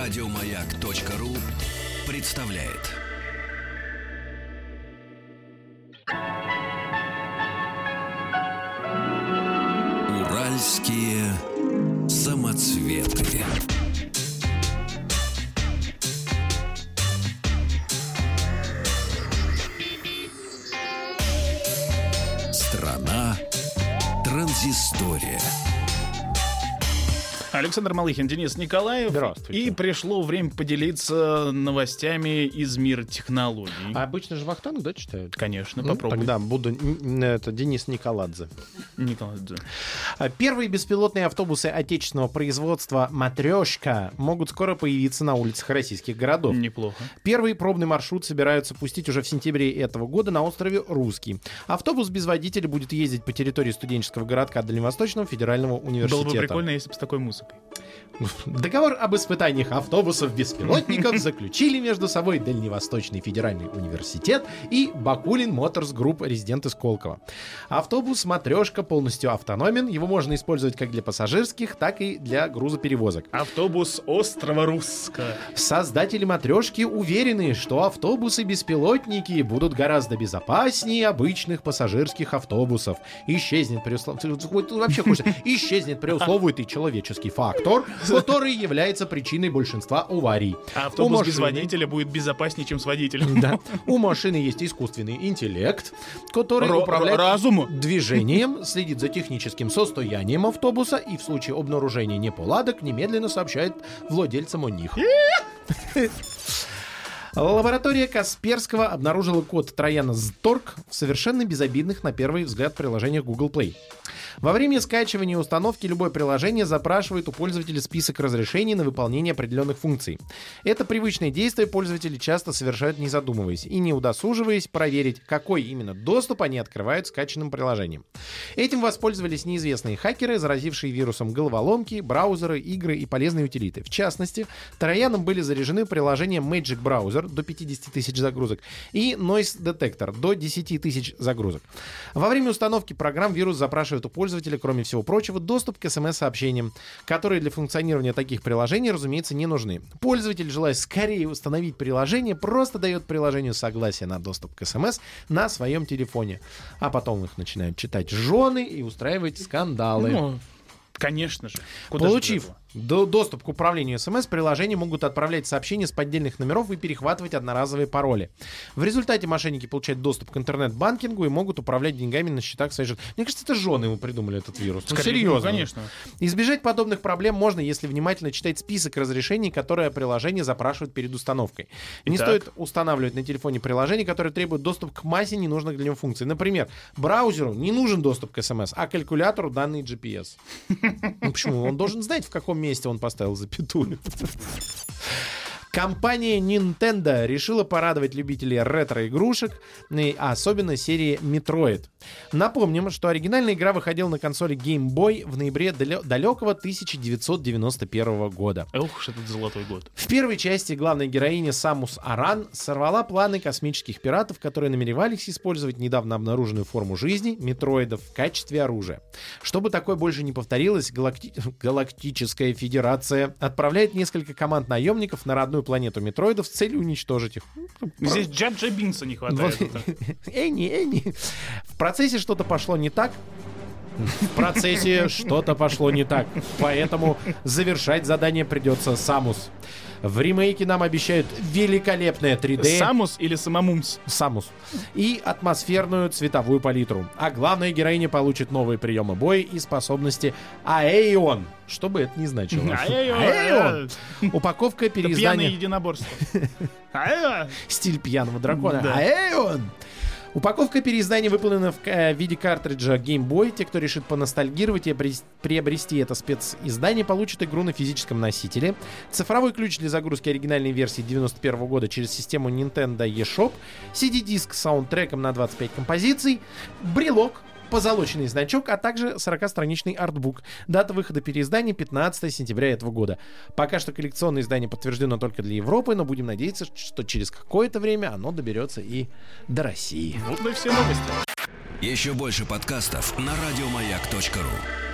Радиомаяк.ру представляет. Уральские самоцветы. Страна транзистория. Александр Малыхин, Денис Николаев. Здравствуйте. И пришло время поделиться новостями из мира технологий. А обычно же Вахтанг, да, читают? Конечно, попробуй. Тогда буду Денис Николадзе. Николадзе. Первые беспилотные автобусы отечественного производства «Матрешка» могут скоро появиться на улицах российских городов. Неплохо. Первый пробный маршрут собираются пустить уже в сентябре этого года на острове Русский. Автобус без водителя будет ездить по территории студенческого городка Дальневосточного федерального университета. Было бы прикольно, если бы с такой музыкой. Договор об испытаниях автобусов-беспилотников заключили между собой Дальневосточный федеральный университет и Бакулин Моторс Групп, резиденты Сколково. Автобус «Матрешка» полностью автономен. Его можно использовать как для пассажирских, так и для грузоперевозок. Автобус острова Руска. Создатели «Матрешки» уверены, что автобусы-беспилотники будут гораздо безопаснее обычных пассажирских автобусов. Исчезнет преусловуемый человеческий фактор, который является причиной большинства аварий. А автобус без водителя будет безопаснее, чем с водителем. Да. У машины есть искусственный интеллект, который управляет движением, следит за техническим состоянием автобуса и в случае обнаружения неполадок немедленно сообщает владельцам о них. Лаборатория Касперского обнаружила код Трояна Сторг в совершенно безобидных на первый взгляд приложениях Google Play. Во время скачивания и установки любое приложение запрашивает у пользователя список разрешений на выполнение определенных функций. Это привычное действие пользователи часто совершают, не задумываясь и не удосуживаясь проверить, какой именно доступ они открывают скачанным приложением. Этим воспользовались неизвестные хакеры, заразившие вирусом головоломки, браузеры, игры и полезные утилиты. В частности, Трояном были заряжены приложения Magic Browser до 50 тысяч загрузок и Noise Detector до 10 тысяч загрузок. Во время установки программ вирус запрашивает у пользователя, кроме всего прочего, доступ к смс-сообщениям, которые для функционирования таких приложений, разумеется, не нужны. Пользователь, желая скорее установить приложение, просто дает приложению согласие на доступ к смс на своем телефоне. А потом их начинают читать жены и устраивать скандалы. Конечно же. Получив доступ к управлению СМС, приложения могут отправлять сообщения с поддельных номеров и перехватывать одноразовые пароли. В результате мошенники получают доступ к интернет-банкингу и могут управлять деньгами на счетах своих жен. Мне кажется, это жены ему придумали этот вирус. Серьезно. Конечно. Избежать подобных проблем можно, если внимательно читать список разрешений, которые приложение запрашивает перед установкой. Не стоит устанавливать на телефоне приложения, которые требуют доступ к массе ненужных для него функций. Например, браузеру не нужен доступ к СМС, а калькулятору данные GPS. Почему? Он должен знать, в каком месте он поставил запятую. Компания Nintendo решила порадовать любителей ретро-игрушек, а особенно серии Metroid. Напомним, что оригинальная игра выходила на консоли Game Boy в ноябре далекого 1991 года. Ох уж этот золотой год. В первой части главная героиня Самус Аран сорвала планы космических пиратов, которые намеревались использовать недавно обнаруженную форму жизни метроидов в качестве оружия. Чтобы такое больше не повторилось, Галактическая Федерация отправляет несколько команд наемников на родную планету метроидов с целью уничтожить их. Здесь Джаджа Бинкса не хватает. Энни. В процессе что-то пошло не так. Поэтому завершать задание придется Самус. В ремейке нам обещают великолепное 3D. Самус или Самамумс? Самус. И атмосферную цветовую палитру. А главная героиня получит новые приемы боя и способности Аэон. Что бы это ни значило. Аэон. Упаковка переиздания. Пьяное единоборство. Стиль пьяного дракона. Аэон. Упаковка переиздания выполнена в виде картриджа Game Boy. Те, кто решит поностальгировать и приобрести это специздание, получат игру на физическом носителе. Цифровой ключ для загрузки оригинальной версии 91 года через систему Nintendo eShop. CD-диск с саундтреком на 25 композиций. Брелок. Позолоченный значок, а также 40-страничный артбук. Дата выхода переиздания 15 сентября этого года. Пока что коллекционное издание подтверждено только для Европы, но будем надеяться, что через какое-то время оно доберется и до России. Вот и все новости. Еще больше подкастов на радиомаяк.ру.